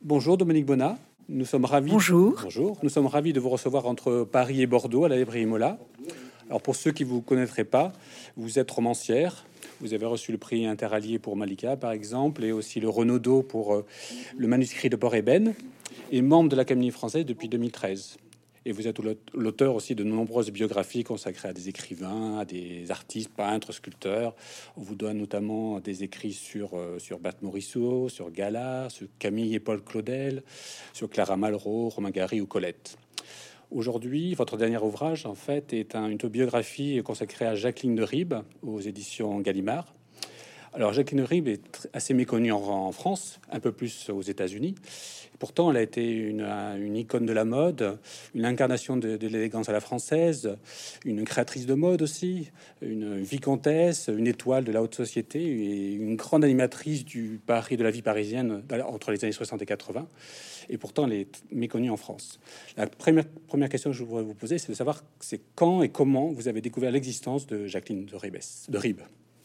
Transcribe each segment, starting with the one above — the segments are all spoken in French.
Bonjour Dominique Bonnat, nous sommes ravis. Bonjour. Bonjour, nous sommes ravis de vous recevoir entre Paris et Bordeaux à la librairie Mola. Alors pour ceux qui vous connaîtraient pas, vous êtes romancière. Vous avez reçu le prix Interallié pour Malika, par exemple, et aussi le Renaudot pour le manuscrit de Port-Ébène, et membre de l'Académie française depuis 2013. Et vous êtes l'auteur aussi de nombreuses biographies consacrées à des écrivains, à des artistes, peintres, sculpteurs. On vous donne notamment des écrits sur Berthe Morisot, sur Gala, sur Camille et Paul Claudel, sur Clara Malraux, Romain Gary ou Colette. Aujourd'hui, votre dernier ouvrage, en fait, est une autobiographie consacrée à Jacqueline de Ribes aux éditions Gallimard. Alors, Jacqueline de Ribes est assez méconnue en France, un peu plus aux États-Unis. Pourtant, elle a été une icône de la mode, une incarnation de l'élégance à la française, une créatrice de mode aussi, une vicomtesse, une étoile de la haute société et une grande animatrice du Paris, de la vie parisienne entre les années 60 et 80. Et pourtant, elle est méconnue en France. La première question que je voudrais vous poser, c'est de savoir c'est quand et comment vous avez découvert l'existence de Jacqueline de Ribes.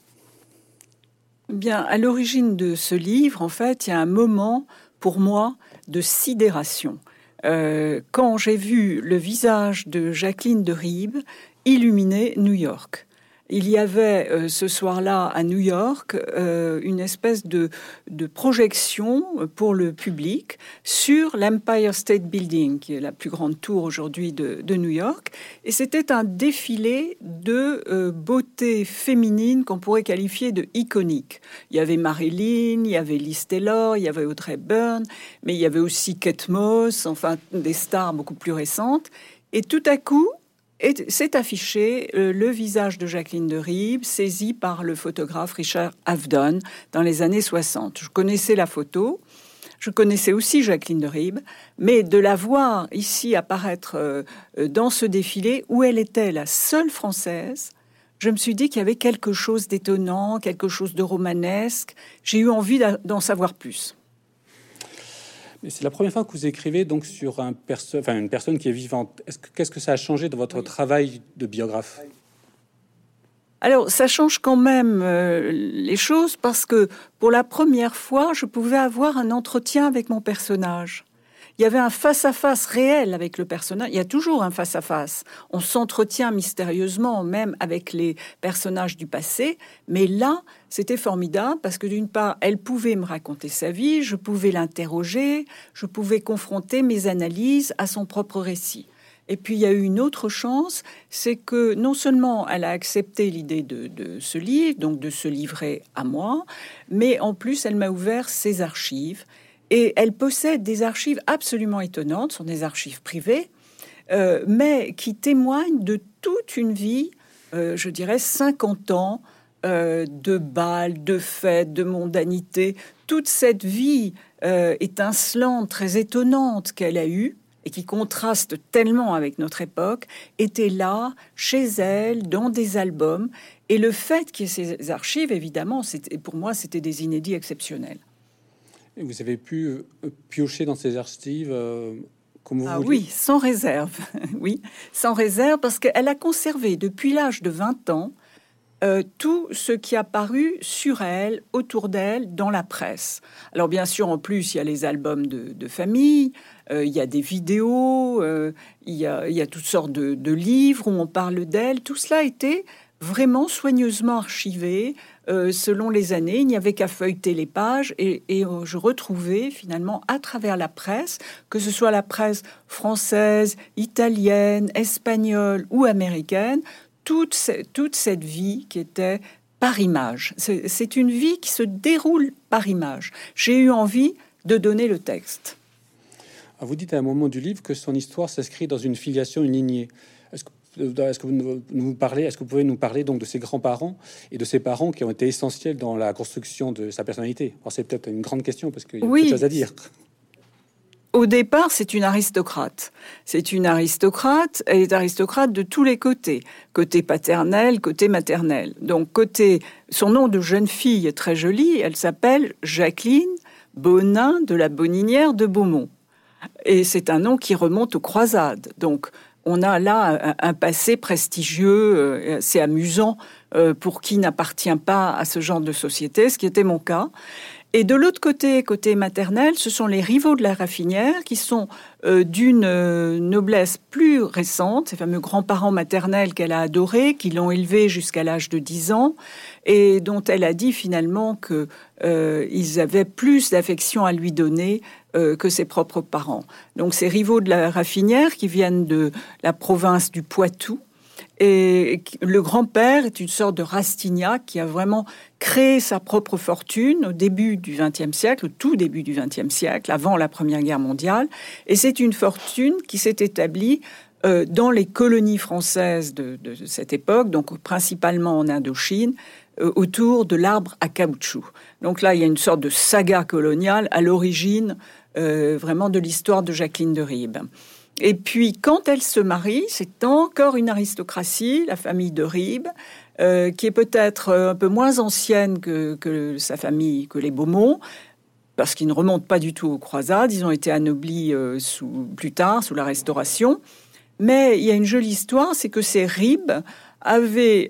Bien, à l'origine de ce livre, en fait, il y a un moment, pour moi, de sidération. Quand j'ai vu le visage de Jacqueline de Ribes illuminer New York. Il y avait ce soir-là à New York une espèce de projection pour le public sur l'Empire State Building, qui est la plus grande tour aujourd'hui de New York. Et c'était un défilé de beauté féminine qu'on pourrait qualifier de iconique. Il y avait Marilyn, il y avait Liz Taylor, il y avait Audrey Hepburn, mais il y avait aussi Kate Moss, enfin des stars beaucoup plus récentes. Et tout à coup, et c'est affiché le visage de Jacqueline de Ribes, saisi par le photographe Richard Avedon dans les années 60. Je connaissais la photo, je connaissais aussi Jacqueline de Ribes, mais de la voir ici apparaître dans ce défilé où elle était la seule Française, je me suis dit qu'il y avait quelque chose d'étonnant, quelque chose de romanesque. J'ai eu envie d'en savoir plus. Mais c'est la première fois que vous écrivez donc sur une personne qui est vivante. Qu'est-ce que ça a changé dans votre travail de biographe ? Alors, ça change quand même les choses parce que pour la première fois, je pouvais avoir un entretien avec mon personnage. Il y avait un face-à-face réel avec le personnage. Il y a toujours un face-à-face. On s'entretient mystérieusement même avec les personnages du passé. Mais là, c'était formidable parce que d'une part, elle pouvait me raconter sa vie, je pouvais l'interroger, je pouvais confronter mes analyses à son propre récit. Et puis, il y a eu une autre chance, c'est que non seulement elle a accepté l'idée de ce livre, donc de se livrer à moi, mais en plus, elle m'a ouvert ses archives. Et elle possède des archives absolument étonnantes, ce sont des archives privées, mais qui témoignent de toute une vie, je dirais 50 ans, de bals, de fêtes, de mondanité. Toute cette vie étincelante, très étonnante qu'elle a eue, et qui contraste tellement avec notre époque, était là, chez elle, dans des albums. Et le fait qu'il y ait ces archives, évidemment, pour moi, c'était des inédits exceptionnels. Et vous avez pu piocher dans ces archives comme vous voulez. Oui, sans réserve. Oui, sans réserve, parce qu'elle a conservé depuis l'âge de 20 ans tout ce qui a paru sur elle, autour d'elle, dans la presse. Alors bien sûr, en plus, il y a les albums de famille, il y a des vidéos, il y a toutes sortes de livres où on parle d'elle. Tout cela a été vraiment soigneusement archivé selon les années. Il n'y avait qu'à feuilleter les pages et je retrouvais finalement à travers la presse, que ce soit la presse française, italienne, espagnole ou américaine, toute cette vie qui était par image. C'est une vie qui se déroule par image. J'ai eu envie de donner le texte. Vous dites à un moment du livre que son histoire s'inscrit dans une filiation, une lignée. Est-ce que vous pouvez nous parler donc de ses grands-parents et de ses parents qui ont été essentiels dans la construction de sa personnalité? Alors c'est peut-être une grande question parce qu'il y a beaucoup de choses à dire. Au départ, c'est une aristocrate. C'est une aristocrate, elle est aristocrate de tous les côtés. Côté paternel, côté maternel. Donc, son nom de jeune fille est très joli, elle s'appelle Jacqueline Bonin de la Boninière de Beaumont. Et c'est un nom qui remonte aux croisades. Donc, on a là un passé prestigieux, assez amusant pour qui n'appartient pas à ce genre de société, ce qui était mon cas. Et de l'autre côté, côté maternel, ce sont les rivaux de la Raffinière qui sont d'une noblesse plus récente, ces fameux grands-parents maternels qu'elle a adorés, qui l'ont élevée jusqu'à l'âge de 10 ans, et dont elle a dit finalement qu'ils avaient plus d'affection à lui donner que ses propres parents. Donc ces rivaux de la Raffinière qui viennent de la province du Poitou, et le grand-père est une sorte de Rastignac qui a vraiment créé sa propre fortune au début du XXe siècle, au tout début du XXe siècle, avant la Première Guerre mondiale. Et c'est une fortune qui s'est établie dans les colonies françaises de cette époque, donc principalement en Indochine, autour de l'arbre à caoutchouc. Donc là, il y a une sorte de saga coloniale à l'origine vraiment de l'histoire de Jacqueline de Ribes. Et puis, quand elle se marie, c'est encore une aristocratie, la famille de Ribes, qui est peut-être un peu moins ancienne que sa famille, que les Beaumont, parce qu'ils ne remontent pas du tout aux croisades. Ils ont été anoblis plus tard, sous la Restauration. Mais il y a une jolie histoire, c'est que ces Ribes avaient...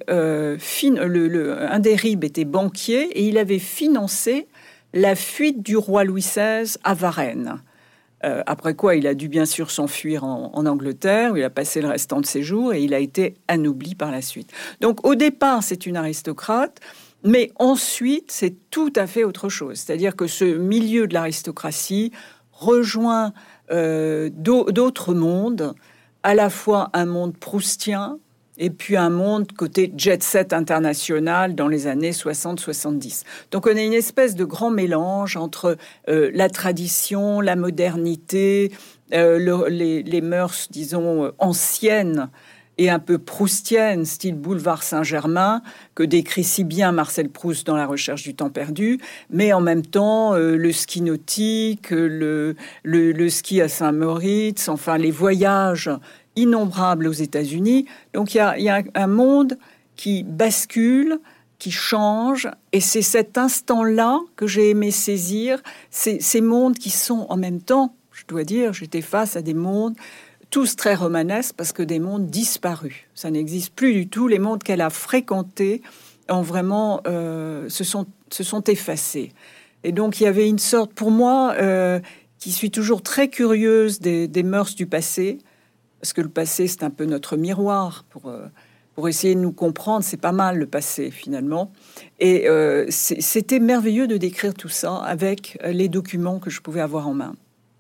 un des Ribes était banquier et il avait financé la fuite du roi Louis XVI à Varennes. Après quoi, il a dû bien sûr s'enfuir en Angleterre, où il a passé le restant de ses jours, et il a été anobli par la suite. Donc au départ, c'est une aristocrate, mais ensuite, c'est tout à fait autre chose. C'est-à-dire que ce milieu de l'aristocratie rejoint d'autres mondes, à la fois un monde proustien, et puis un monde côté jet-set international dans les années 60-70. Donc on a une espèce de grand mélange entre la tradition, la modernité, les mœurs, disons, anciennes et un peu proustiennes, style boulevard Saint-Germain, que décrit si bien Marcel Proust dans La Recherche du temps perdu, mais en même temps le ski nautique, le ski à Saint-Moritz, enfin les voyages innombrables aux États-Unis. Donc il y a un monde qui bascule, qui change, et c'est cet instant-là que j'ai aimé saisir, ces mondes qui sont en même temps, je dois dire, j'étais face à des mondes tous très romanesques, parce que des mondes disparus. Ça n'existe plus du tout. Les mondes qu'elle a fréquentés ont vraiment se sont effacés. Et donc il y avait une sorte, pour moi, qui suis toujours très curieuse des mœurs du passé, parce que le passé, c'est un peu notre miroir pour essayer de nous comprendre. C'est pas mal, le passé, finalement. Et c'était merveilleux de décrire tout ça avec les documents que je pouvais avoir en main.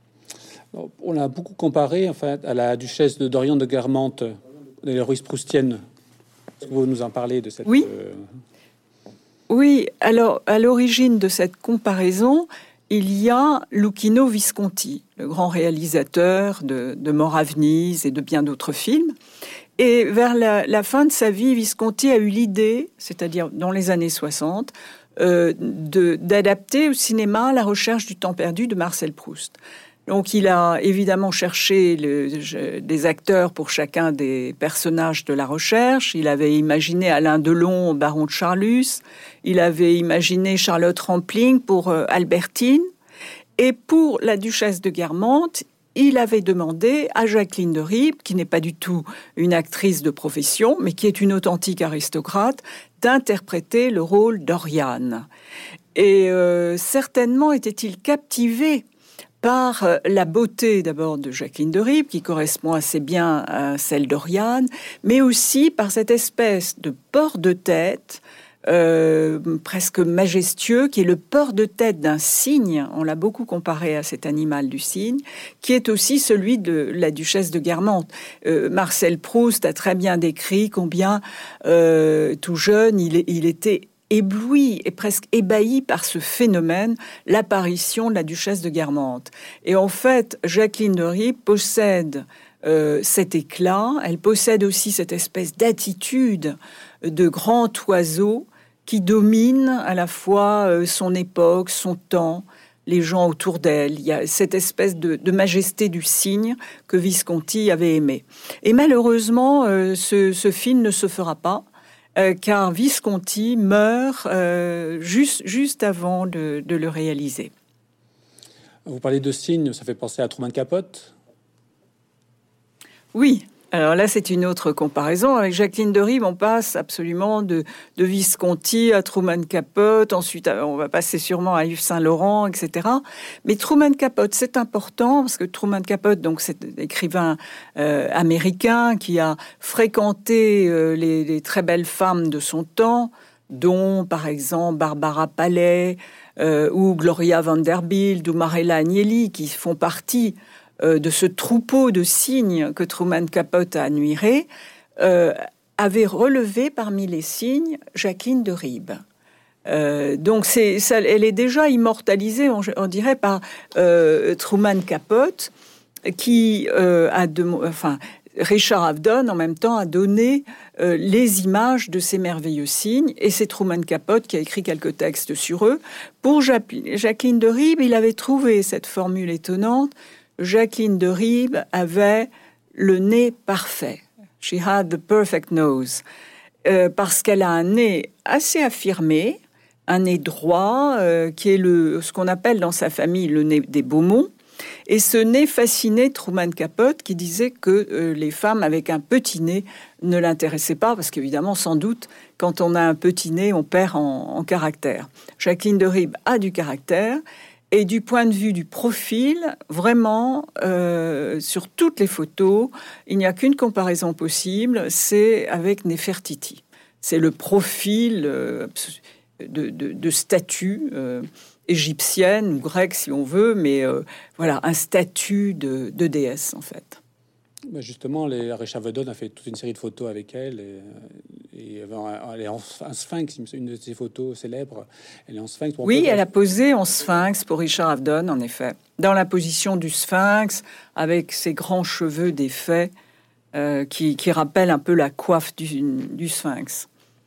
On a beaucoup comparé, en fait, à la duchesse de Dorian de Guermantes, l'héroïne proustienne. Est-ce que vous nous en parlez de cette... Oui. Oui, alors, à l'origine de cette comparaison, il y a Luchino Visconti, le grand réalisateur de Mort à Venise et de bien d'autres films. Et vers la fin de sa vie, Visconti a eu l'idée, c'est-à-dire dans les années 60, d'adapter au cinéma La Recherche du temps perdu de Marcel Proust. Donc il a évidemment cherché des acteurs pour chacun des personnages de La Recherche. Il avait imaginé Alain Delon, baron de Charlus. Il avait imaginé Charlotte Rampling pour Albertine. Et pour la duchesse de Guermantes, il avait demandé à Jacqueline de Ribes, qui n'est pas du tout une actrice de profession, mais qui est une authentique aristocrate, d'interpréter le rôle d'Oriane. Et certainement était-il captivé par la beauté d'abord de Jacqueline de Ribes, qui correspond assez bien à celle d'Oriane, mais aussi par cette espèce de port de tête presque majestueux, qui est le port de tête d'un cygne. On l'a beaucoup comparé à cet animal du cygne, qui est aussi celui de la duchesse de Guermantes. Marcel Proust a très bien décrit combien, tout jeune, il était ébloui et presque ébahi par ce phénomène, l'apparition de la duchesse de Guermantes. Et en fait, Jacqueline de Ribes possède cet éclat, elle possède aussi cette espèce d'attitude de grand oiseau qui domine à la fois son époque, son temps, les gens autour d'elle. Il y a cette espèce de majesté du cygne que Visconti avait aimé. Et malheureusement, ce film ne se fera pas, car Visconti meurt juste avant de le réaliser. Vous parlez de cygne, ça fait penser à Truman Capote. Oui, Alors là, c'est une autre comparaison. Avec Jacqueline de Ribes, on passe absolument de Visconti à Truman Capote. Ensuite, on va passer sûrement à Yves Saint Laurent, etc. Mais Truman Capote, c'est important parce que Truman Capote, donc, c'est un écrivain américain qui a fréquenté les très belles femmes de son temps, dont, par exemple, Barbara Paley ou Gloria Vanderbilt ou Marella Agnelli, qui font partie de ce troupeau de cygnes que Truman Capote a admiré, avait relevé parmi les cygnes Jacqueline de Ribes. Donc elle est déjà immortalisée, on dirait, par Truman Capote, qui Richard Avedon, en même temps, a donné les images de ces merveilleux cygnes, et c'est Truman Capote qui a écrit quelques textes sur eux. Pour Jacqueline de Ribes, il avait trouvé cette formule étonnante. Jacqueline de Ribes avait le nez parfait. She had the perfect nose. Parce qu'elle a un nez assez affirmé, un nez droit, qui est ce qu'on appelle dans sa famille le nez des Beaumont. Et ce nez fascinait Truman Capote, qui disait que les femmes avec un petit nez ne l'intéressaient pas, parce qu'évidemment, sans doute, quand on a un petit nez, on perd en caractère. Jacqueline de Ribes a du caractère. Et du point de vue du profil, vraiment, sur toutes les photos, il n'y a qu'une comparaison possible, c'est avec Néfertiti. C'est le profil de statue égyptienne ou grecque, si on veut, mais voilà, un statut de déesse, en fait. Justement, Richard Avedon a fait toute une série de photos avec elle. Et elle est en sphinx, une de ses photos célèbres. Elle est en sphinx. Oui, elle a posé en sphinx pour Richard Avedon, en effet. Dans la position du sphinx, avec ses grands cheveux défaits, qui rappellent un peu la coiffe du sphinx.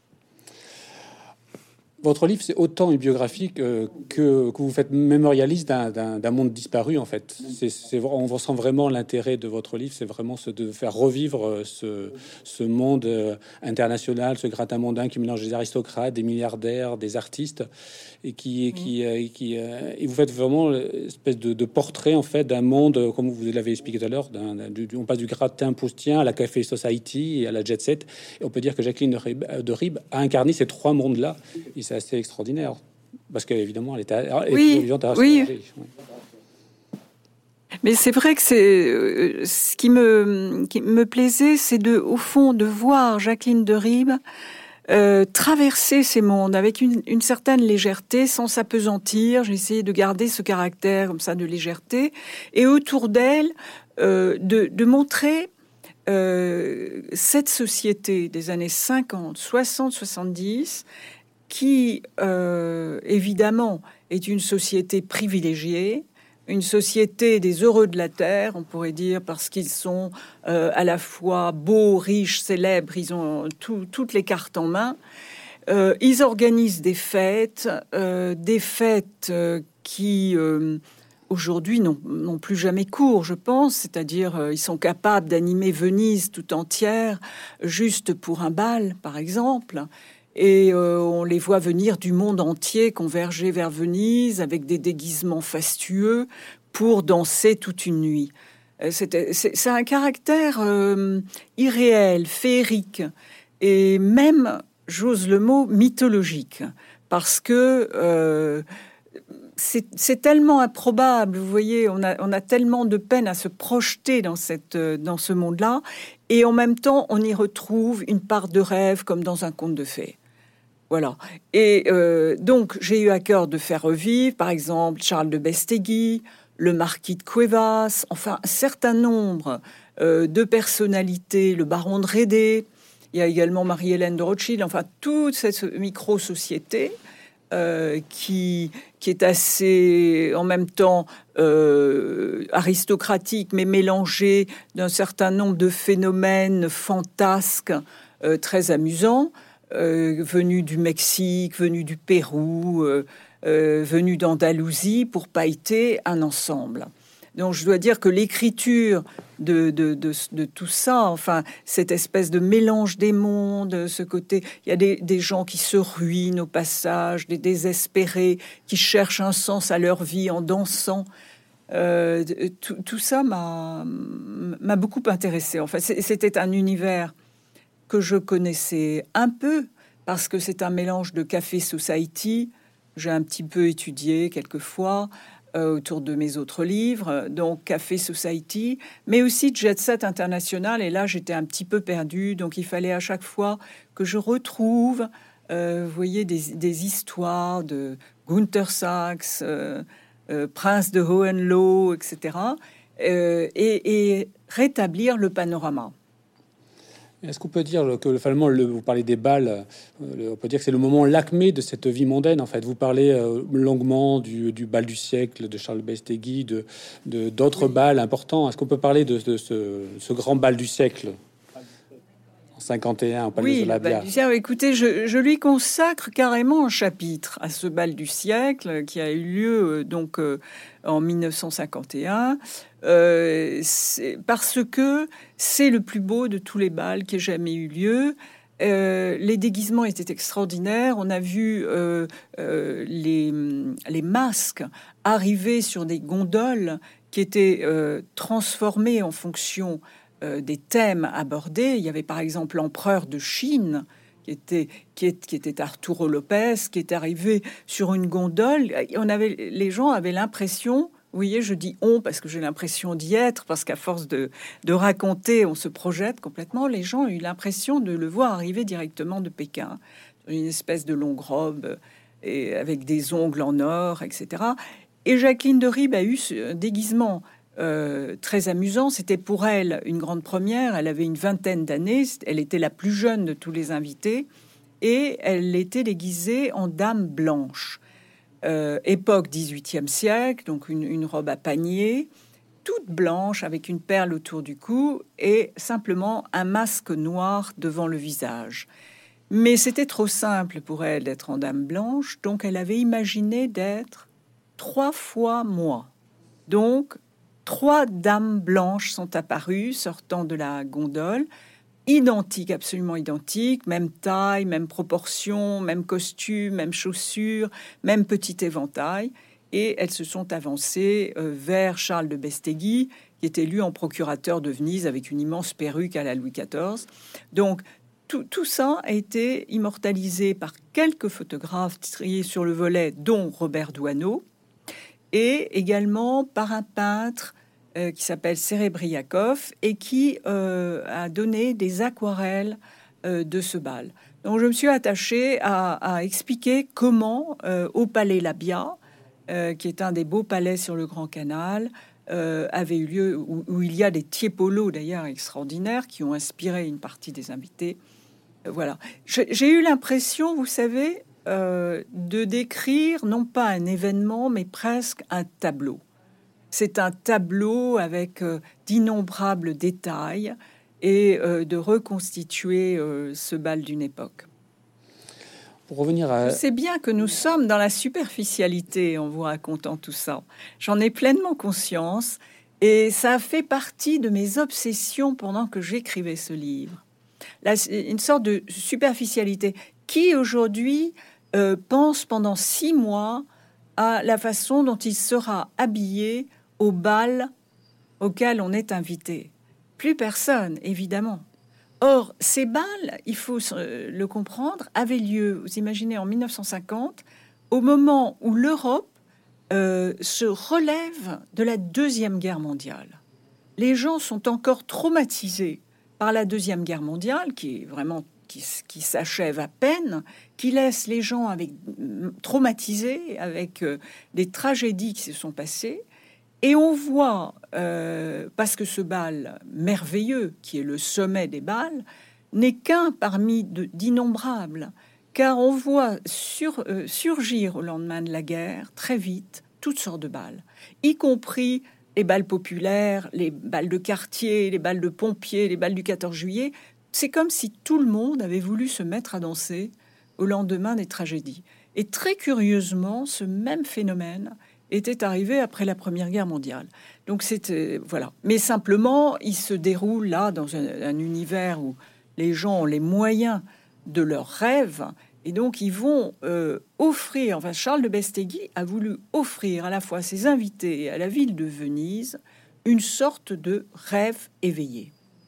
Votre livre, c'est autant une biographie que vous faites mémorialiste d'un monde disparu, en fait. On ressent vraiment l'intérêt de votre livre, c'est vraiment de faire revivre ce monde international, ce gratin mondain qui mélange des aristocrates, des milliardaires, des artistes, et et vous faites vraiment l'espèce de portrait, en fait, d'un monde, comme vous l'avez expliqué tout à l'heure, on passe du gratin proustien à la Café Society et à la Jet Set, et on peut dire que Jacqueline de Ribes a incarné ces trois mondes-là. Et c'est assez extraordinaire parce qu'évidemment, elle était vivante à oui. Mais c'est vrai que c'est ce qui me plaisait, c'est au fond de voir Jacqueline de Ribes traverser ces mondes avec une certaine légèreté, sans s'apesantir. J'ai essayé de garder ce caractère comme ça de légèreté, et autour d'elle de montrer cette société des années 50, 60, 70. Qui, évidemment, est une société privilégiée, une société des heureux de la terre, on pourrait dire, parce qu'ils sont à la fois beaux, riches, célèbres, ils ont toutes les cartes en main. Ils organisent des fêtes qui, aujourd'hui, n'ont plus jamais cours, je pense. C'est-à-dire, ils sont capables d'animer Venise tout entière, juste pour un bal, par exemple. Et on les voit venir du monde entier, converger vers Venise avec des déguisements fastueux pour danser toute une nuit. C'est un caractère irréel, féerique et même, j'ose le mot, mythologique, parce que c'est tellement improbable. Vous voyez, on a tellement de peine à se projeter dans ce monde-là, et en même temps, on y retrouve une part de rêve comme dans un conte de fées. Voilà. Et donc, j'ai eu à cœur de faire revivre, par exemple, Charles de Bestéguy, le marquis de Cuevas, enfin, un certain nombre de personnalités, le baron de Rédé, il y a également Marie-Hélène de Rothschild, enfin, toute cette micro-société qui est assez, en même temps, aristocratique, mais mélangée d'un certain nombre de phénomènes fantasques très amusants, venus du Mexique, venus du Pérou, venus d'Andalousie, pour pailleter un ensemble. Donc je dois dire que l'écriture de tout ça, enfin cette espèce de mélange des mondes, ce côté, il y a des gens qui se ruinent au passage, des désespérés qui cherchent un sens à leur vie en dansant. Tout ça m'a beaucoup intéressée. En fait, c'était un univers que je connaissais un peu parce que c'est un mélange de Café Society. J'ai un petit peu étudié quelquefois autour de mes autres livres, donc Café Society, mais aussi Jet Set International. Et là, j'étais un petit peu perdue, donc il fallait à chaque fois que je retrouve, vous voyez, des histoires de Gunther Sachs, Prince de Hohenlohe, etc., et rétablir le panorama. Est-ce qu'on peut dire que finalement, vous parlez des bals, on peut dire que c'est le moment l'acmé de cette vie mondaine, en fait. Vous parlez longuement du bal du siècle de Charles Bestéguy, d'autres bals importants. Est-ce qu'on peut parler de ce grand bal du siècle en 51 au Palais de la Bia? Écoutez, je lui consacre carrément un chapitre à ce bal du siècle qui a eu lieu en 1951. Parce que c'est le plus beau de tous les bals qui ait jamais eu lieu. Les déguisements étaient extraordinaires. On a vu les masques arriver sur des gondoles qui étaient transformées en fonction des thèmes abordés. Il y avait par exemple l'empereur de Chine qui était Arturo Lopez, qui est arrivé sur une gondole. Les gens avaient l'impression, vous voyez, je dis on parce que j'ai l'impression d'y être, parce qu'à force de raconter, on se projette complètement. Les gens ont eu l'impression de le voir arriver directement de Pékin, une espèce de longue robe et avec des ongles en or, etc. Et Jacqueline de Ribes a eu ce déguisement très amusant. C'était pour elle une grande première. Elle avait une vingtaine d'années. Elle était la plus jeune de tous les invités et elle était déguisée en dame blanche. Époque 18e siècle, donc une robe à panier, toute blanche avec une perle autour du cou et simplement un masque noir devant le visage. Mais c'était trop simple pour elle d'être en dame blanche, donc elle avait imaginé d'être 3 fois moi. Donc 3 dames blanches sont apparues sortant de la gondole, identiques, absolument identiques, même taille, même proportion, même costume, même chaussures, même petit éventail. Et elles se sont avancées vers Charles de Bestéguy, qui est élu en procurateur de Venise avec une immense perruque à la Louis XIV. Donc, tout ça a été immortalisé par quelques photographes triés sur le volet, dont Robert Doisneau, et également par un peintre qui s'appelle Serebriakov et qui a donné des aquarelles de ce bal. Donc je me suis attachée à expliquer comment au Palais Labia, qui est un des beaux palais sur le Grand Canal, avait eu lieu, où il y a des tiépolos d'ailleurs extraordinaires qui ont inspiré une partie des invités. Voilà. J'ai eu l'impression, vous savez, de décrire non pas un événement, mais presque un tableau. C'est un tableau avec d'innombrables détails et de reconstituer ce bal d'une époque. Pour revenir à... Je sais bien que nous sommes dans la superficialité en vous racontant tout ça. J'en ai pleinement conscience et ça a fait partie de mes obsessions pendant que j'écrivais ce livre. Là, une sorte de superficialité qui aujourd'hui pense pendant 6 mois à la façon dont il sera habillé au bal auquel on est invité. Plus personne, évidemment. Or, ces bals, il faut le comprendre, avaient lieu, vous imaginez, en 1950, au moment où l'Europe se relève de la Deuxième Guerre mondiale. Les gens sont encore traumatisés par la Deuxième Guerre mondiale, qui est vraiment qui s'achève à peine, qui laisse les gens traumatisés avec des tragédies qui se sont passées. Et on voit, parce que ce bal merveilleux, qui est le sommet des bals, n'est qu'un parmi d'innombrables, car on voit surgir au lendemain de la guerre, très vite, toutes sortes de bals, y compris les bals populaires, les bals de quartier, les bals de pompiers, les bals du 14 juillet. C'est comme si tout le monde avait voulu se mettre à danser au lendemain des tragédies. Et très curieusement, ce même phénomène était arrivé après la Première Guerre mondiale. Donc c'était voilà. Mais simplement, il se déroule là dans un univers où les gens ont les moyens de leurs rêves Et donc, ils vont offrir, enfin, Charles de Bestéguy a voulu offrir à la fois à ses invités et à la ville de Venise une sorte de rêve éveillé.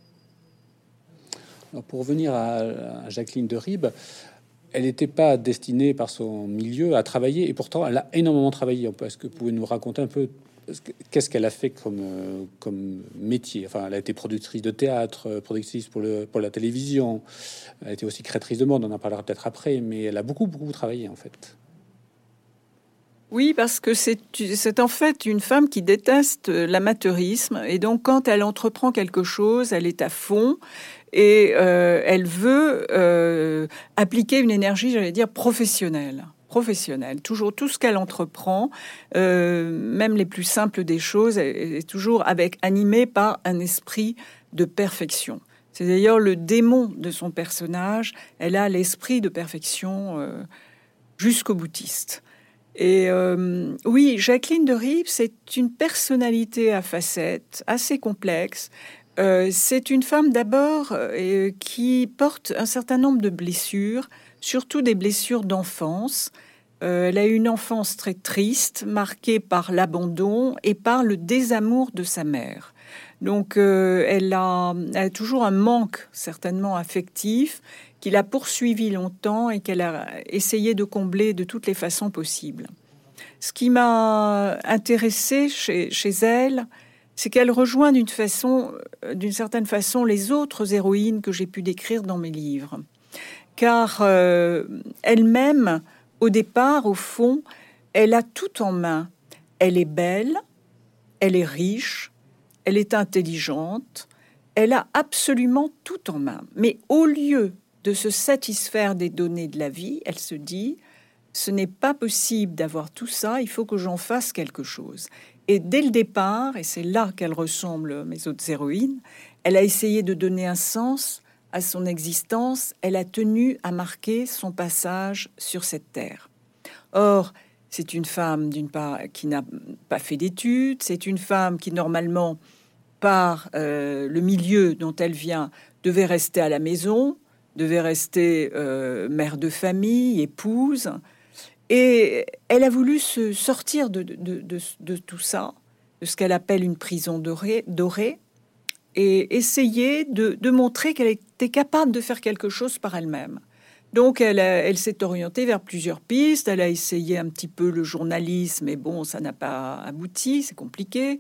Alors, pour revenir à Jacqueline de Ribes, elle n'était pas destinée par son milieu à travailler, et pourtant, elle a énormément travaillé. Est-ce que vous pouvez nous raconter un peu qu'est-ce qu'elle a fait comme métier? Enfin, elle a été productrice de théâtre, productrice pour la télévision. Elle a été aussi créatrice de mode, on en parlera peut-être après, mais elle a beaucoup travaillé, en fait. Oui, parce que c'est en fait une femme qui déteste l'amateurisme, et donc quand elle entreprend quelque chose, elle est à fond, et elle veut appliquer une énergie, j'allais dire, professionnelle. Toujours tout ce qu'elle entreprend, même les plus simples des choses, est toujours animée par un esprit de perfection. C'est d'ailleurs le démon de son personnage. Elle a l'esprit de perfection jusqu'au boutiste. Et oui, Jacqueline de Ribes, c'est une personnalité à facettes assez complexe. C'est une femme d'abord qui porte un certain nombre de blessures, surtout des blessures d'enfance. Elle a eu une enfance très triste, marquée par l'abandon et par le désamour de sa mère. Donc elle a toujours un manque certainement affectif qui l'a poursuivie longtemps et qu'elle a essayé de combler de toutes les façons possibles. Ce qui m'a intéressée chez elle, c'est qu'elle rejoint d'une certaine façon les autres héroïnes que j'ai pu décrire dans mes livres. Car elle-même, au départ, au fond, elle a tout en main. Elle est belle, elle est riche, elle est intelligente, elle a absolument tout en main. Mais au lieu de se satisfaire des données de la vie, elle se dit « ce n'est pas possible d'avoir tout ça, il faut que j'en fasse quelque chose ». Et dès le départ, et c'est là qu'elle ressemble à mes autres héroïnes, elle a essayé de donner un sens à son existence, elle a tenu à marquer son passage sur cette terre. Or, c'est une femme, d'une part, qui n'a pas fait d'études, c'est une femme qui, normalement, par le milieu dont elle vient, devait rester à la maison, devait rester mère de famille, épouse, et elle a voulu se sortir de tout ça, de ce qu'elle appelle une prison dorée, et essayer de montrer qu'elle était capable de faire quelque chose par elle-même. Donc, elle s'est orientée vers plusieurs pistes. Elle a essayé un petit peu le journalisme, mais bon, ça n'a pas abouti, c'est compliqué.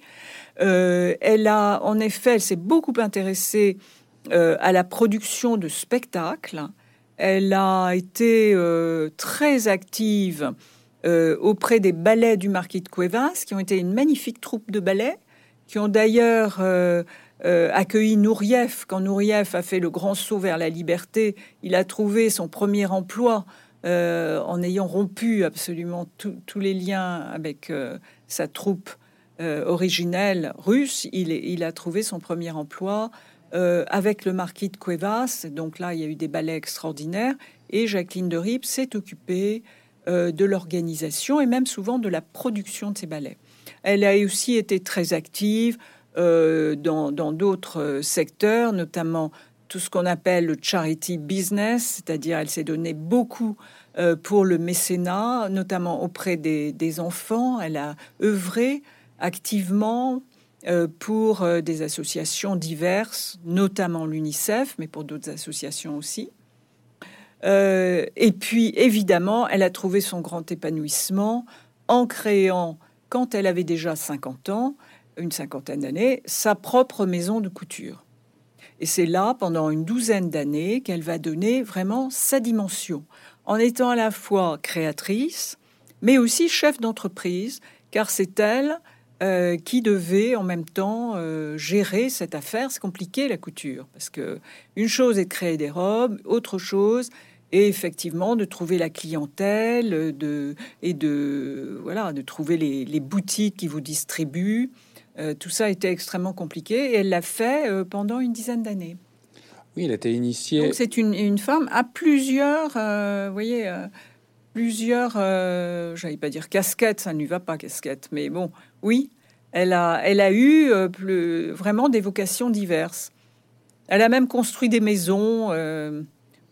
Elle s'est beaucoup intéressée à la production de spectacles. Elle a été très active auprès des ballets du Marquis de Cuevas, qui ont été une magnifique troupe de ballets, qui ont d'ailleurs accueilli Nourieff. Quand Nourieff a fait le grand saut vers la liberté, il a trouvé son premier emploi en ayant rompu absolument tous les liens avec sa troupe originelle russe. Il a trouvé son premier emploi avec le Marquis de Cuevas. Donc là, il y a eu des ballets extraordinaires. Et Jacqueline de Ribes s'est occupée de l'organisation et même souvent de la production de ces ballets. Elle a aussi été très active dans d'autres secteurs, notamment tout ce qu'on appelle le charity business, c'est-à-dire elle s'est donnée beaucoup pour le mécénat, notamment auprès des enfants. Elle a œuvré activement pour des associations diverses, notamment l'UNICEF, mais pour d'autres associations aussi. Et puis, évidemment, elle a trouvé son grand épanouissement en créant, quand elle avait déjà 50 ans, une cinquantaine d'années, sa propre maison de couture. Et c'est là, pendant une douzaine d'années, qu'elle va donner vraiment sa dimension, en étant à la fois créatrice, mais aussi chef d'entreprise, car c'est elle qui devait en même temps gérer cette affaire. C'est compliqué, la couture, parce que une chose est de créer des robes, autre chose est effectivement de trouver la clientèle, de trouver les boutiques qui vous distribuent. Tout ça était extrêmement compliqué et elle l'a fait pendant une dizaine d'années. Oui, elle a été initiée. Donc c'est une femme à plusieurs, j'allais pas dire casquettes, ça ne lui va pas casquette, mais bon, oui, elle a eu vraiment des vocations diverses. Elle a même construit des maisons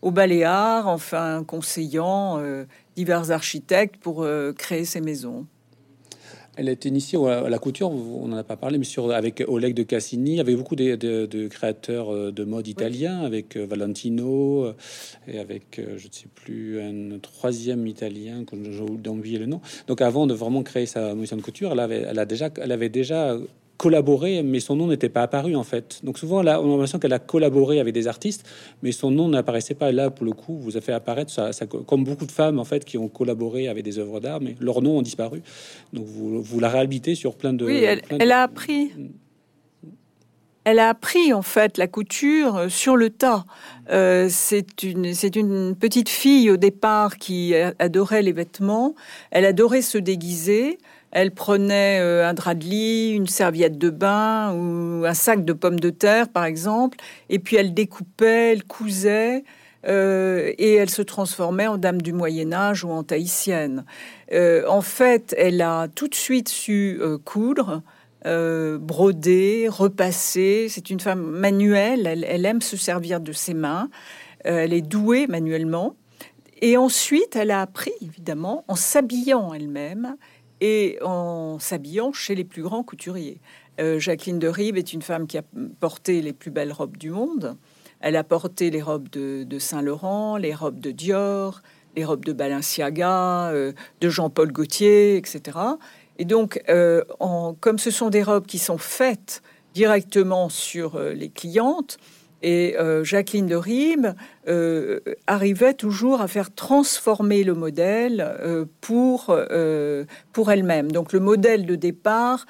aux Baléares, enfin conseillant divers architectes pour créer ces maisons. Elle a été initiée à la couture, on n'en a pas parlé, mais avec Oleg de Cassini, avec beaucoup de créateurs de mode italiens, avec Valentino, et avec, je ne sais plus, un troisième italien, que j'ai oublié le nom. Donc avant de vraiment créer sa maison de couture, elle avait déjà collaboré, mais son nom n'était pas apparu en fait. Donc souvent, là, on a l'impression qu'elle a collaboré avec des artistes, mais son nom n'apparaissait pas. Et là, pour le coup, vous a fait apparaître ça, comme beaucoup de femmes en fait qui ont collaboré avec des œuvres d'art, mais leurs noms ont disparu. Donc vous la réhabilitez sur plein de. Oui, elle a appris. Elle a appris en fait la couture sur le tas. C'est une petite fille au départ qui adorait les vêtements. Elle adorait se déguiser. Elle prenait un drap de lit, une serviette de bain ou un sac de pommes de terre, par exemple, et puis elle découpait, elle cousait, et elle se transformait en dame du Moyen-Âge ou en tahitienne. En fait, elle a tout de suite su coudre, broder, repasser. C'est une femme manuelle, elle aime se servir de ses mains, elle est douée manuellement. Et ensuite, elle a appris, évidemment, en s'habillant elle-même, et en s'habillant chez les plus grands couturiers. Jacqueline de Ribes est une femme qui a porté les plus belles robes du monde. Elle a porté les robes de Saint-Laurent, les robes de Dior, les robes de Balenciaga, de Jean-Paul Gaultier, etc. Et donc, comme ce sont des robes qui sont faites directement sur les clientes, et Jacqueline de Ribes arrivait toujours à faire transformer le modèle pour elle-même. Donc le modèle de départ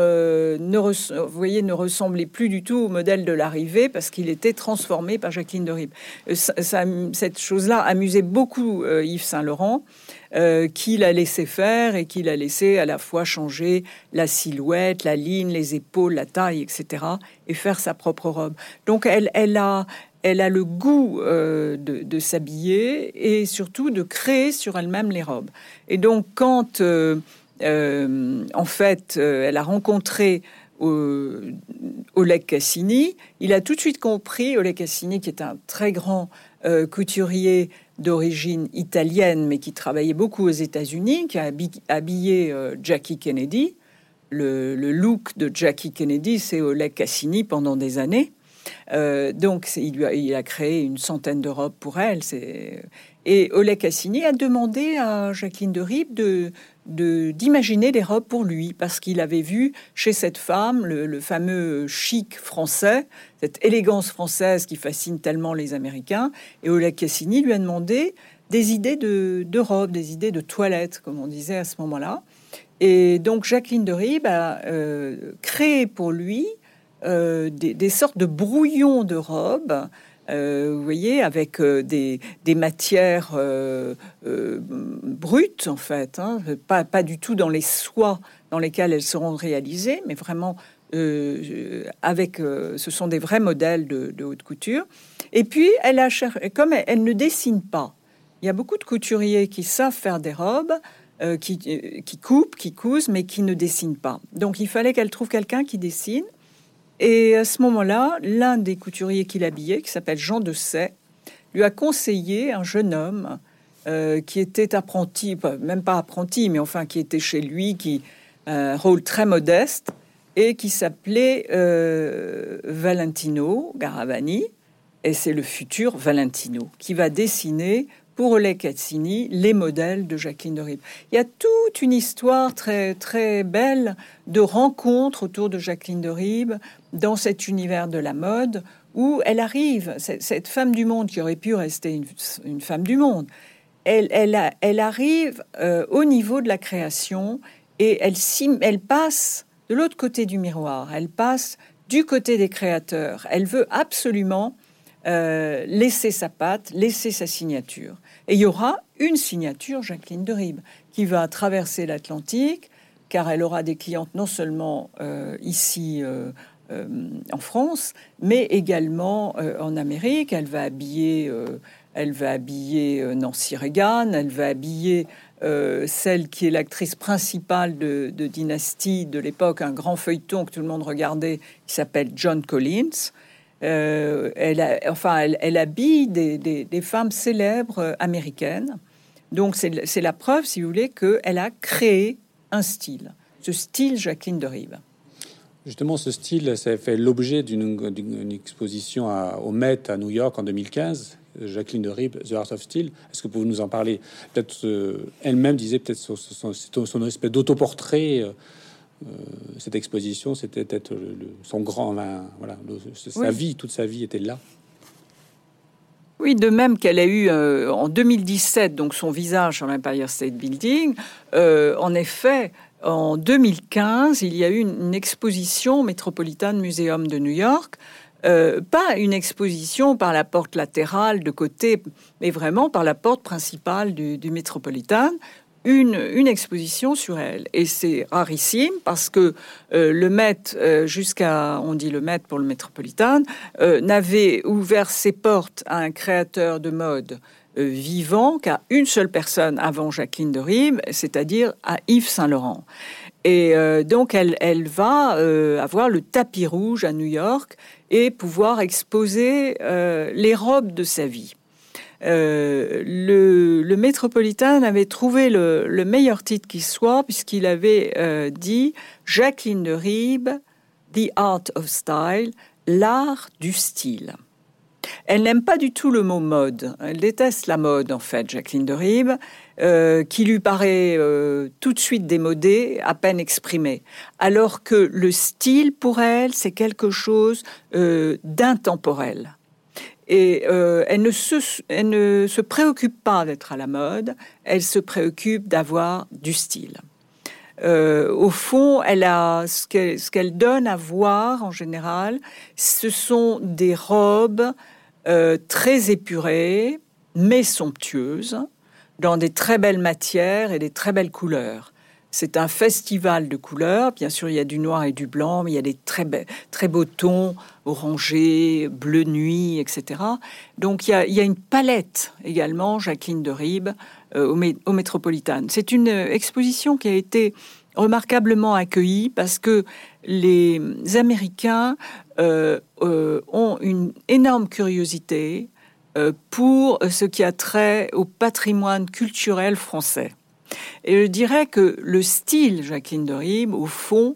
ne ressemblait plus du tout au modèle de l'arrivée parce qu'il était transformé par Jacqueline de Ribes. Cette chose-là amusait beaucoup Yves Saint-Laurent, qui l'a laissé faire et qui l'a laissé à la fois changer la silhouette, la ligne, les épaules, la taille, etc. et faire sa propre robe. Donc elle a le goût de s'habiller et surtout de créer sur elle-même les robes. Et donc quand en fait elle a rencontré Oleg Cassini, il a tout de suite compris, Oleg Cassini qui est un très grand couturier d'origine italienne, mais qui travaillait beaucoup aux États-Unis, qui a habillé Jackie Kennedy. Le look de Jackie Kennedy, c'est Oleg Cassini pendant des années. Donc, il a créé une centaine de robes pour elle. Et Oleg Cassini a demandé à Jacqueline de Ribes d'imaginer des robes pour lui, parce qu'il avait vu chez cette femme le fameux chic français, cette élégance française qui fascine tellement les Américains. Et Oleg Cassini lui a demandé des idées de robes, des idées de toilettes, comme on disait à ce moment-là. Et donc Jacqueline de Ribes a créé pour lui des sortes de brouillons de robes, vous voyez, avec des matières brutes, en fait, hein, pas du tout dans les soies dans lesquelles elles seront réalisées, mais vraiment ce sont des vrais modèles de haute couture. Et puis, comme elle ne dessine pas, il y a beaucoup de couturiers qui savent faire des robes, qui coupent, qui cousent, mais qui ne dessinent pas. Donc, il fallait qu'elle trouve quelqu'un qui dessine. Et à ce moment-là, l'un des couturiers qui l'habillait, qui s'appelle Jean de Say, lui a conseillé un jeune homme qui était apprenti, même pas apprenti, mais enfin qui était chez lui, qui un rôle très modeste, et qui s'appelait Valentino Garavani. Et c'est le futur Valentino qui va dessiner pour Oleg Cassini les modèles de Jacqueline de Ribes. Il y a toute une histoire très, très belle de rencontres autour de Jacqueline de Ribes dans cet univers de la mode où elle arrive, cette femme du monde qui aurait pu rester une femme du monde, elle arrive au niveau de la création et elle passe de l'autre côté du miroir, elle passe du côté des créateurs. Elle veut absolument laisser sa patte, laisser sa signature. Et il y aura une signature Jacqueline de Ribes qui va traverser l'Atlantique, car elle aura des clientes non seulement ici en France, mais également en Amérique. Elle va habiller Nancy Reagan, elle va habiller celle qui est l'actrice principale de Dynasty de l'époque, un grand feuilleton que tout le monde regardait, qui s'appelle John Collins. Elle habille des femmes célèbres américaines. Donc, c'est la preuve, si vous voulez, qu'elle a créé un style. Ce style Jacqueline de Ribes. Justement, ce style, ça a fait l'objet d'une exposition au Met à New York en 2015. Jacqueline de Ribes, The Art of Style. Est-ce que vous pouvez nous en parler? Peut-être elle-même disait peut-être son espèce d'autoportrait. Cette exposition, c'était peut-être son grand, sa vie, toute sa vie était là. Oui, de même qu'elle a eu en 2017 donc son visage sur l'Empire State Building. En effet, en 2015, il y a eu une exposition au Metropolitan Museum de New York. Pas une exposition par la porte latérale de côté, mais vraiment par la porte principale du Metropolitan. Une exposition sur elle. Et c'est rarissime parce que le Met, on dit le Met pour le Metropolitan, n'avait ouvert ses portes à un créateur de mode vivant qu'à une seule personne avant Jacqueline de Ribes, c'est-à-dire à Yves Saint-Laurent. Et donc, elle va avoir le tapis rouge à New York et pouvoir exposer les robes de sa vie. Le Metropolitan avait trouvé le meilleur titre qui soit, puisqu'il avait dit Jacqueline de Ribes, The Art of Style, l'art du style. Elle n'aime pas du tout le mot mode. Elle déteste la mode, en fait, Jacqueline de Ribes, qui lui paraît tout de suite démodée, à peine exprimée. Alors que le style, pour elle, c'est quelque chose d'intemporel. Et elle ne se préoccupe pas d'être à la mode, elle se préoccupe d'avoir du style. Au fond, ce qu'elle donne à voir en général, ce sont des robes très épurées, mais somptueuses, dans des très belles matières et des très belles couleurs. C'est un festival de couleurs. Bien sûr, il y a du noir et du blanc, mais il y a des très beaux tons, orangés, bleu nuit, etc. Donc, il y a une palette également, Jacqueline de Ribes, au Metropolitan. C'est une exposition qui a été remarquablement accueillie parce que les Américains ont une énorme curiosité pour ce qui a trait au patrimoine culturel français. Et je dirais que le style Jacqueline de Ribes, au fond,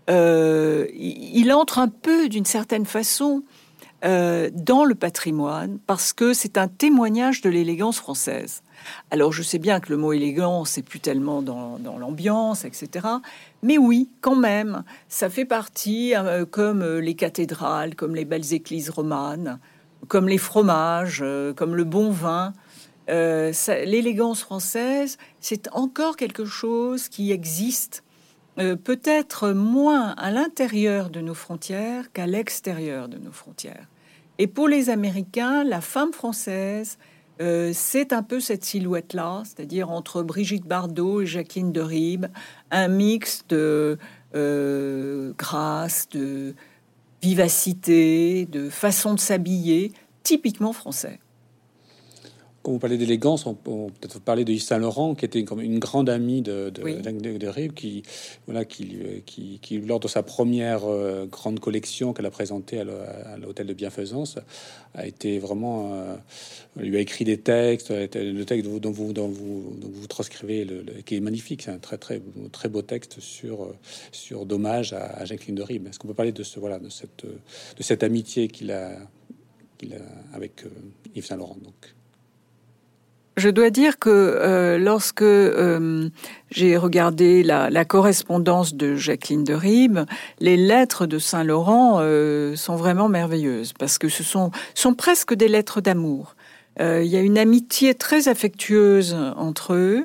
il entre un peu d'une certaine façon dans le patrimoine parce que c'est un témoignage de l'élégance française. Alors je sais bien que le mot élégance c'est plus tellement dans l'ambiance, etc. Mais oui, quand même, ça fait partie comme les cathédrales, comme les belles églises romanes, comme les fromages, comme le bon vin. L'élégance française, c'est encore quelque chose qui existe peut-être moins à l'intérieur de nos frontières qu'à l'extérieur de nos frontières. Et pour les Américains, la femme française, c'est un peu cette silhouette-là, c'est-à-dire entre Brigitte Bardot et Jacqueline de Ribes, un mix de grâce, de vivacité, de façon de s'habiller, typiquement français. Quand vous parlez d'élégance, on peut peut-être parler de Yves Saint-Laurent, qui était comme une grande amie de Ribes, qui, lors de sa première grande collection qu'elle a présentée à l'hôtel de Bienfaisance, a été vraiment, lui a écrit des textes, le texte dont vous transcrivez, qui est magnifique, c'est un très beau texte sur d'hommage à Jacqueline de Ribes. Est-ce qu'on peut parler de cette amitié qu'il a avec Yves Saint-Laurent, donc? Je dois dire que lorsque j'ai regardé la correspondance de Jacqueline de Ribes, les lettres de Saint-Laurent sont vraiment merveilleuses parce que ce sont presque des lettres d'amour. Il y a une amitié très affectueuse entre eux.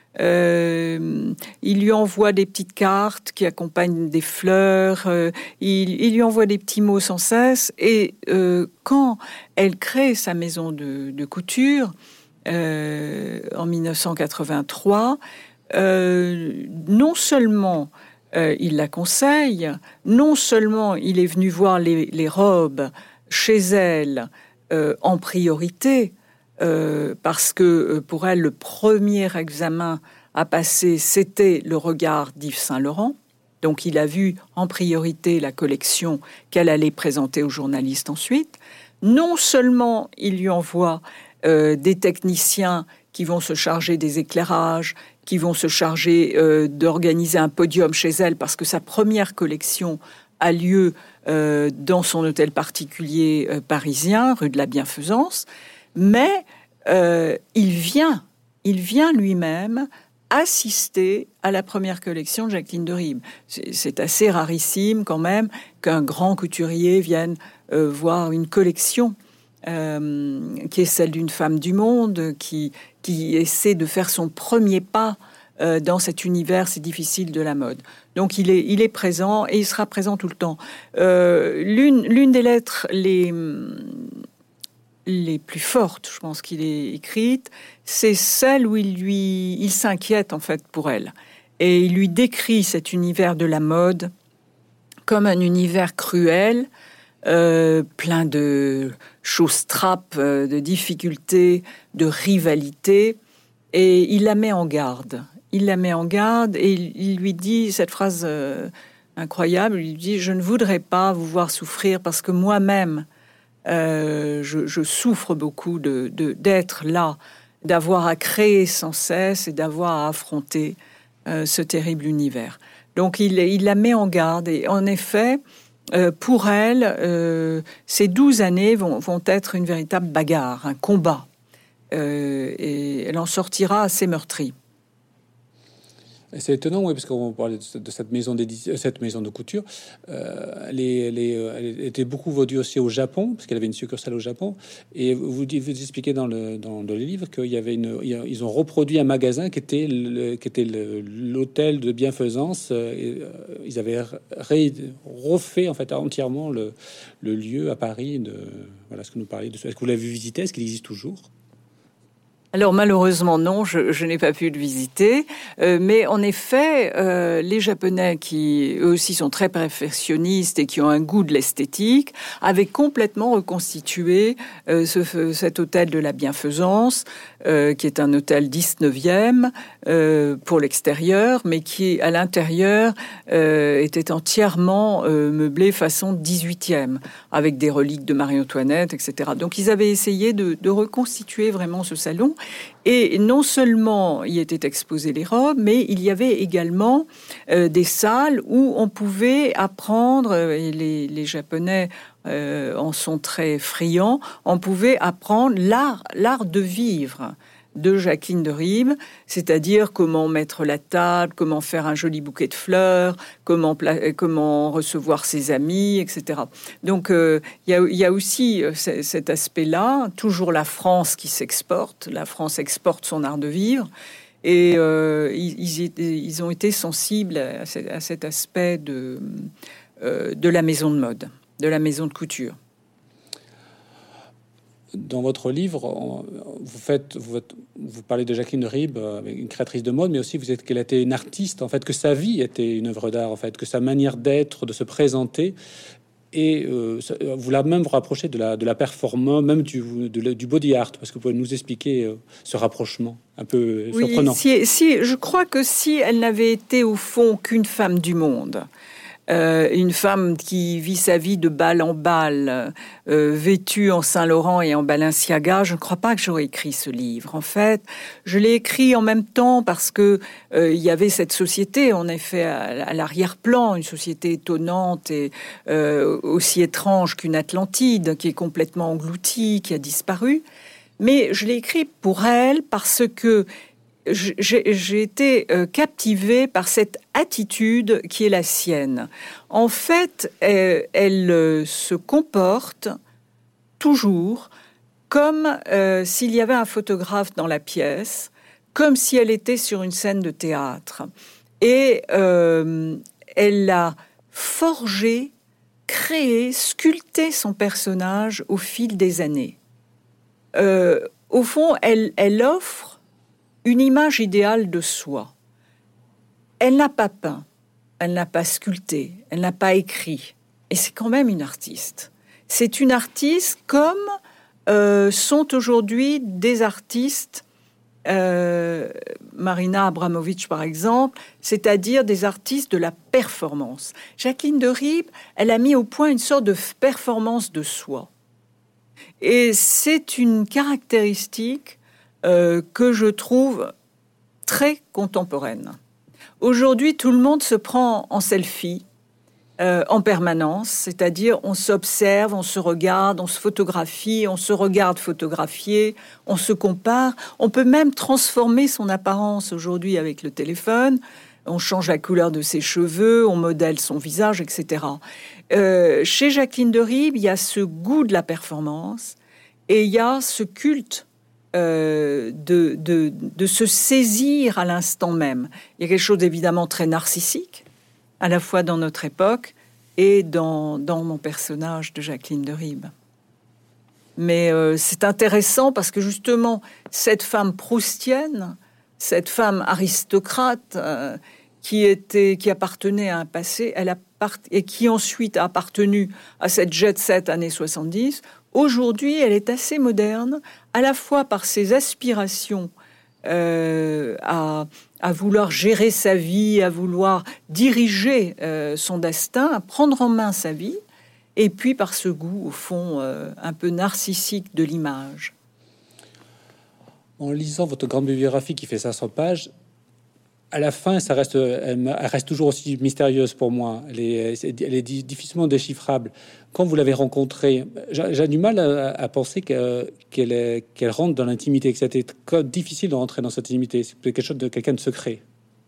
Il lui envoie des petites cartes qui accompagnent des fleurs. Il lui envoie des petits mots sans cesse. Et quand elle crée sa maison de couture, en 1983, non seulement il la conseille, non seulement il est venu voir les robes chez elle en priorité, parce que pour elle, le premier examen à passer, c'était le regard d'Yves Saint-Laurent. Donc il a vu en priorité la collection qu'elle allait présenter aux journalistes ensuite. Non seulement il lui envoie des techniciens qui vont se charger des éclairages, qui vont se charger d'organiser un podium chez elle, parce que sa première collection a lieu dans son hôtel particulier parisien, rue de la Bienfaisance, mais il vient lui-même assister à la première collection de Jacqueline de Ribes. C'est assez rarissime quand même qu'un grand couturier vienne voir une collection qui est celle d'une femme du monde qui essaie de faire son premier pas dans cet univers si difficile de la mode. Donc il est présent et il sera présent tout le temps. L'une des lettres les plus fortes, je pense qu'il est écrite, c'est celle où il s'inquiète en fait pour elle. Et il lui décrit cet univers de la mode comme un univers cruel, plein de choses trappes, de difficultés, de rivalités. Et il la met en garde. Il la met en garde et il lui dit cette phrase incroyable, il lui dit « Je ne voudrais pas vous voir souffrir parce que moi-même, je souffre beaucoup d'être là, d'avoir à créer sans cesse et d'avoir à affronter ce terrible univers. » Donc il la met en garde et en effet, pour elle, ces 12 années vont être une véritable bagarre, un combat. Et elle en sortira assez meurtrie. C'est étonnant, oui, parce qu'on parlait de cette maison cette maison de couture. Elle était beaucoup vendue aussi au Japon, parce qu'elle avait une succursale au Japon. Et vous expliquez dans le livre qu'il y avait ils ont reproduit un magasin qui était l'hôtel de bienfaisance. Ils avaient refait en fait entièrement le lieu à Paris. Voilà ce que nous parliez. Est-ce que vous l'avez visité? Est-ce qu'il existe toujours? Alors malheureusement non, je n'ai pas pu le visiter, mais en effet, les Japonais qui eux aussi sont très perfectionnistes et qui ont un goût de l'esthétique, avaient complètement reconstitué cet hôtel de la Bienfaisance, qui est un hôtel 19e pour l'extérieur, mais qui à l'intérieur était entièrement meublé façon 18e, avec des reliques de Marie-Antoinette, etc. Donc ils avaient essayé de reconstituer vraiment ce salon. Et non seulement y étaient exposées les robes, mais il y avait également des salles où on pouvait apprendre, et les Japonais en sont très friands, on pouvait apprendre l'art de vivre de Jacqueline de Ribes, c'est-à-dire comment mettre la table, comment faire un joli bouquet de fleurs, comment recevoir ses amis, etc. Donc il y a aussi cet aspect-là, toujours la France qui s'exporte, la France exporte son art de vivre, et ils ont été sensibles à cet aspect de la maison de mode, de la maison de couture. Dans votre livre, vous parlez de Jacqueline de Ribes, une créatrice de mode, mais aussi vous êtes qu'elle était une artiste, en fait, que sa vie était une œuvre d'art, en fait, que sa manière d'être, de se présenter, et vous l'avez même rapproché de la performance, même du body art, parce que vous pouvez nous expliquer ce rapprochement un peu surprenant. Si, je crois que si elle n'avait été au fond qu'une femme du monde, une femme qui vit sa vie de balle en balle, vêtue en Saint-Laurent et en Balenciaga, je ne crois pas que j'aurais écrit ce livre. En fait, je l'ai écrit en même temps parce que il y avait cette société, en effet, à l'arrière-plan, une société étonnante et aussi étrange qu'une Atlantide, qui est complètement engloutie, qui a disparu. Mais je l'ai écrit pour elle parce que j'ai été captivée par cette attitude qui est la sienne. En fait, elle se comporte toujours comme s'il y avait un photographe dans la pièce, comme si elle était sur une scène de théâtre. Et elle a forgé, créé, sculpté son personnage au fil des années. Au fond, elle offre une image idéale de soi. Elle n'a pas peint, elle n'a pas sculpté, elle n'a pas écrit. Et c'est quand même une artiste. C'est une artiste comme sont aujourd'hui des artistes Marina Abramovic par exemple, c'est-à-dire des artistes de la performance. Jacqueline de Ribes, elle a mis au point une sorte de performance de soi. Et c'est une caractéristique que je trouve très contemporaine. Aujourd'hui, tout le monde se prend en selfie en permanence, c'est-à-dire on s'observe, on se regarde, on se photographie, on se regarde photographier, on se compare. On peut même transformer son apparence aujourd'hui avec le téléphone. On change la couleur de ses cheveux, on modèle son visage, etc. Chez Jacqueline de Ribes, il y a ce goût de la performance et il y a ce culte de se saisir à l'instant même. Il y a quelque chose d'évidemment très narcissique, à la fois dans notre époque et dans mon personnage de Jacqueline de Ribes. Mais c'est intéressant parce que justement, cette femme proustienne, cette femme aristocrate qui appartenait à un passé, et qui ensuite a appartenu à cette jet-set années 70, aujourd'hui, elle est assez moderne, à la fois par ses aspirations à vouloir gérer sa vie, à vouloir diriger son destin, à prendre en main sa vie, et puis par ce goût, au fond, un peu narcissique de l'image. En lisant votre grande biographie qui fait 500 pages, à la fin, elle reste toujours aussi mystérieuse pour moi. Elle est difficilement déchiffrable. Quand vous l'avez rencontrée, j'ai du mal à penser qu'elle rentre dans l'intimité, que c'était difficile de rentrer dans cette intimité. C'est quelque chose de quelqu'un de secret.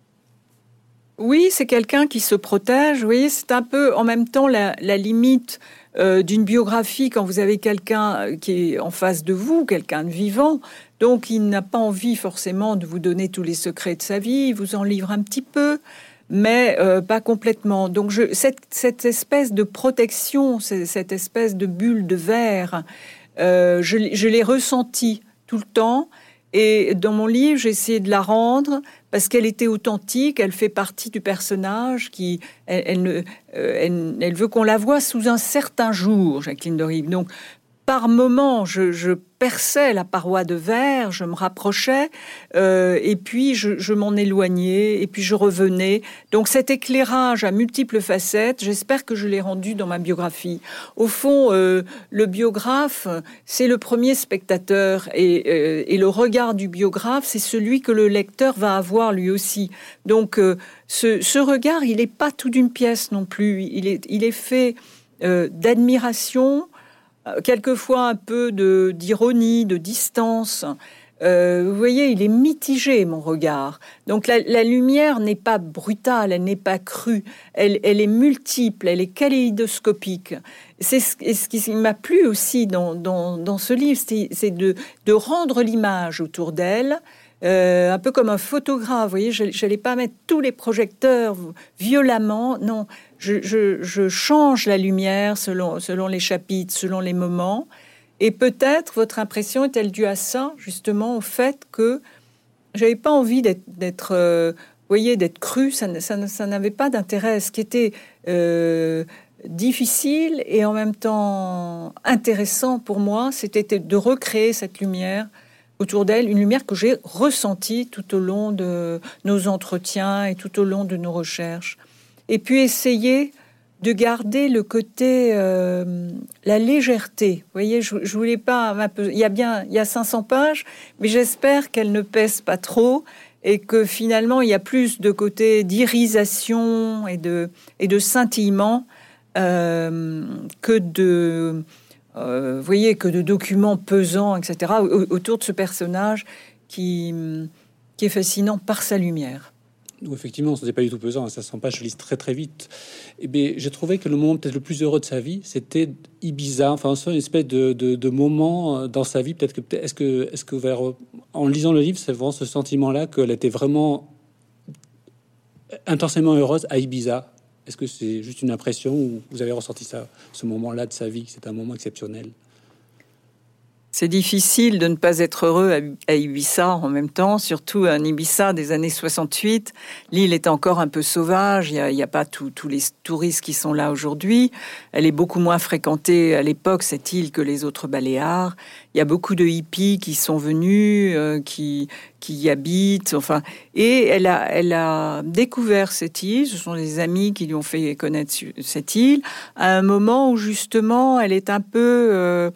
Oui, c'est quelqu'un qui se protège. Oui, c'est un peu en même temps la limite d'une biographie quand vous avez quelqu'un qui est en face de vous, quelqu'un de vivant. Donc, il n'a pas envie forcément de vous donner tous les secrets de sa vie. Il vous en livre un petit peu, mais pas complètement. Donc, cette espèce de protection, cette espèce de bulle de verre, je l'ai ressentie tout le temps. Et dans mon livre, j'ai essayé de la rendre parce qu'elle était authentique, elle fait partie du personnage elle veut qu'on la voie sous un certain jour, Jacqueline de Ribes. Donc, par moments, je perçais la paroi de verre, je me rapprochais, et puis je m'en éloignais, et puis je revenais. Donc cet éclairage à multiples facettes, j'espère que je l'ai rendu dans ma biographie. Au fond, le biographe, c'est le premier spectateur, et le regard du biographe, c'est celui que le lecteur va avoir lui aussi. Donc ce regard, il n'est pas tout d'une pièce non plus. Il est fait d'admiration, quelquefois un peu d'ironie, de distance. Vous voyez, il est mitigé, mon regard. Donc la lumière n'est pas brutale, elle n'est pas crue, elle est multiple, elle est kaléidoscopique. C'est ce qui m'a plu aussi dans ce livre, c'est de rendre l'image autour d'elle, un peu comme un photographe. Vous voyez, je n'allais pas mettre tous les projecteurs violemment, non. Je change la lumière selon les chapitres, selon les moments. Et peut-être votre impression est-elle due à ça, justement, au fait que j'avais pas envie d'être cru. Ça n'avait pas d'intérêt. Ce qui était difficile et en même temps intéressant pour moi, c'était de recréer cette lumière autour d'elle, une lumière que j'ai ressentie tout au long de nos entretiens et tout au long de nos recherches. Et puis essayer de garder le côté, la légèreté. Vous voyez, je voulais pas il y a 500 pages, mais j'espère qu'elle ne pèse pas trop et que finalement il y a plus de côté d'irisation et de scintillement que de documents pesants, etc. autour de ce personnage qui est fascinant par sa lumière. Où effectivement, ce n'est pas du tout pesant, ça sent pas, je lis très très vite. Et bien, j'ai trouvé que le moment peut-être le plus heureux de sa vie, c'était Ibiza, enfin une espèce de moment dans sa vie. Est-ce que en lisant le livre, c'est vraiment ce sentiment-là qu'elle était vraiment intensément heureuse à Ibiza. Est-ce que c'est juste une impression ou vous avez ressenti ça, ce moment-là de sa vie, c'est un moment exceptionnel? C'est difficile de ne pas être heureux à Ibiza en même temps, surtout à Ibiza des années 68. L'île est encore un peu sauvage, il y a pas tous les touristes qui sont là aujourd'hui. Elle est beaucoup moins fréquentée à l'époque, cette île, que les autres Baléares. Il y a beaucoup de hippies qui sont venus, qui y habitent, enfin. Et elle a découvert cette île, ce sont des amis qui lui ont fait connaître cette île, à un moment où justement elle est un peu...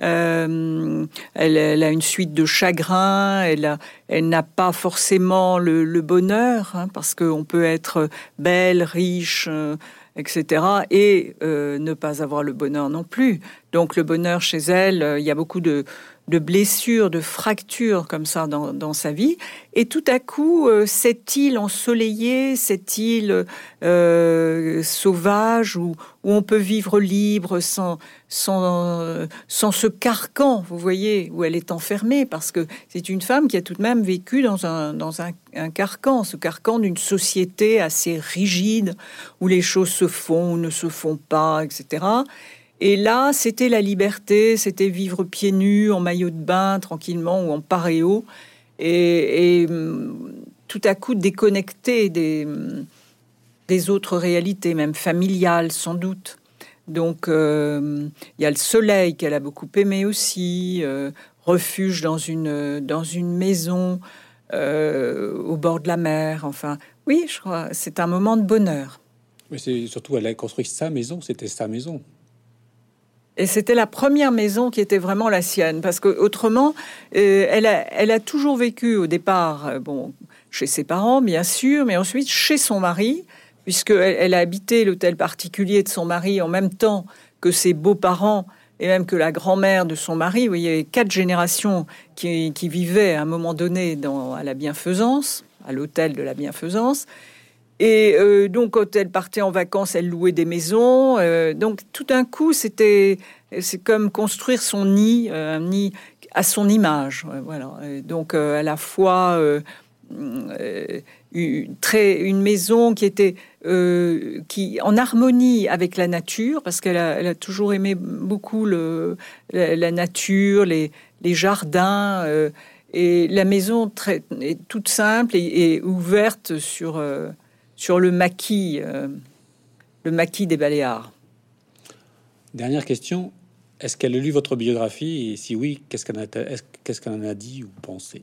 elle a une suite de chagrins, elle n'a pas forcément le bonheur, hein, parce qu'on peut être belle, riche, etc., et ne pas avoir le bonheur non plus. Donc le bonheur chez elle, il y a beaucoup de blessures, de fractures comme ça dans sa vie. Et tout à coup, cette île ensoleillée, cette île sauvage où on peut vivre libre sans ce carcan, vous voyez, où elle est enfermée, parce que c'est une femme qui a tout de même vécu dans un carcan, ce carcan d'une société assez rigide, où les choses se font ou ne se font pas, etc. Et là, c'était la liberté, c'était vivre pieds nus, en maillot de bain, tranquillement, ou en paréo, et tout à coup déconnecté des autres réalités, même familiales, sans doute. Donc, il y a le soleil qu'elle a beaucoup aimé aussi, refuge dans une maison au bord de la mer. Enfin, oui, je crois, c'est un moment de bonheur. Mais c'est surtout, elle a construit sa maison, c'était sa maison. Et c'était la première maison qui était vraiment la sienne, parce que autrement, elle a toujours vécu au départ, chez ses parents, bien sûr, mais ensuite chez son mari, puisqu'elle a habité l'hôtel particulier de son mari en même temps que ses beaux-parents et même que la grand-mère de son mari. Vous voyez, il y avait 4 générations qui vivaient à un moment donné à la Bienfaisance, à l'hôtel de la Bienfaisance. Et donc, quand elle partait en vacances, elle louait des maisons. Donc, tout d'un coup, c'est comme construire son nid, un nid à son image. Voilà. Et donc, à la fois une maison qui était en harmonie avec la nature, parce qu'elle a toujours aimé beaucoup la nature, les jardins. Et la maison est toute simple et ouverte sur le maquis des Baléares. Dernière question, est-ce qu'elle a lu votre biographie? Et si oui, qu'est-ce qu'elle en a dit ou pensé?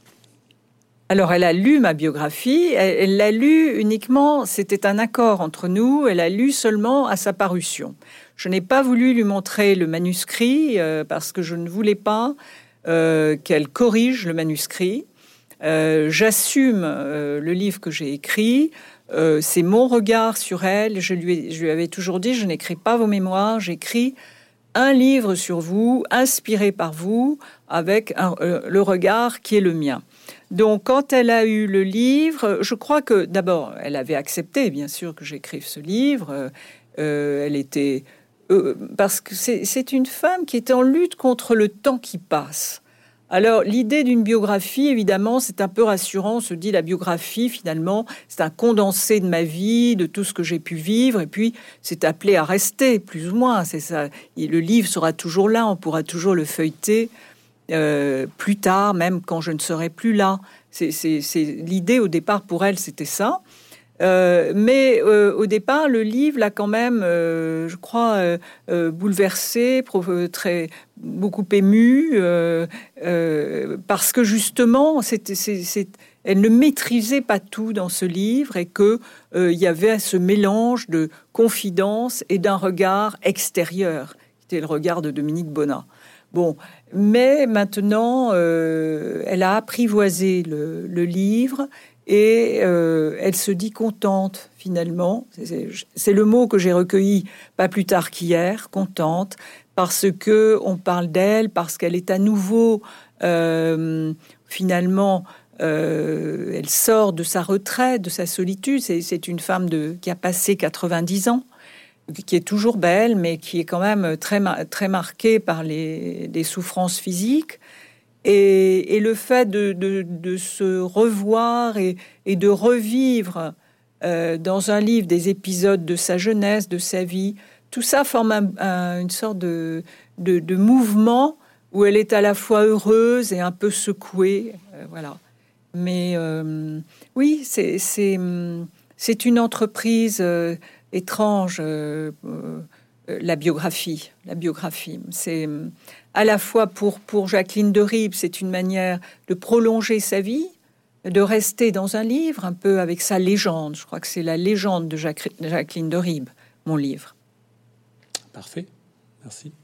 Alors, elle a lu ma biographie, elle l'a lu uniquement, c'était un accord entre nous, elle a lu seulement à sa parution. Je n'ai pas voulu lui montrer le manuscrit parce que je ne voulais pas qu'elle corrige le manuscrit. J'assume le livre que j'ai écrit. C'est mon regard sur elle. Je lui avais toujours dit, je n'écris pas vos mémoires, j'écris un livre sur vous, inspiré par vous, avec le regard qui est le mien. Donc, quand elle a eu le livre, je crois que, d'abord, elle avait accepté, bien sûr, que j'écrive ce livre. Elle était... parce que c'est une femme qui était en lutte contre le temps qui passe. Alors, l'idée d'une biographie, évidemment, c'est un peu rassurant. On se dit, la biographie, finalement, c'est un condensé de ma vie, de tout ce que j'ai pu vivre, et puis c'est appelé à rester, plus ou moins. C'est ça. Et le livre sera toujours là, on pourra toujours le feuilleter plus tard, même quand je ne serai plus là. C'est l'idée, au départ, pour elle, c'était ça. Mais au départ, le livre l'a quand même, je crois, bouleversée, beaucoup émue, parce que justement, elle ne maîtrisait pas tout dans ce livre et que il y avait ce mélange de confidence et d'un regard extérieur, qui était le regard de Dominique Bonnat. Bon, mais maintenant, elle a apprivoisé le livre. Et elle se dit contente, finalement. C'est le mot que j'ai recueilli pas plus tard qu'hier, contente, parce que on parle d'elle, parce qu'elle est à nouveau, finalement, elle sort de sa retraite, de sa solitude. C'est une femme qui a passé 90 ans, qui est toujours belle, mais qui est quand même très marquée par des souffrances physiques. Et le fait de se revoir et de revivre dans un livre des épisodes de sa jeunesse, de sa vie, tout ça forme une sorte de mouvement où elle est à la fois heureuse et un peu secouée. Voilà. Mais oui, c'est une entreprise étrange, la biographie. C'est à la fois pour Jacqueline de Ribes, c'est une manière de prolonger sa vie, de rester dans un livre, un peu avec sa légende. Je crois que c'est la légende de Jacqueline de Ribes, mon livre. Parfait, merci.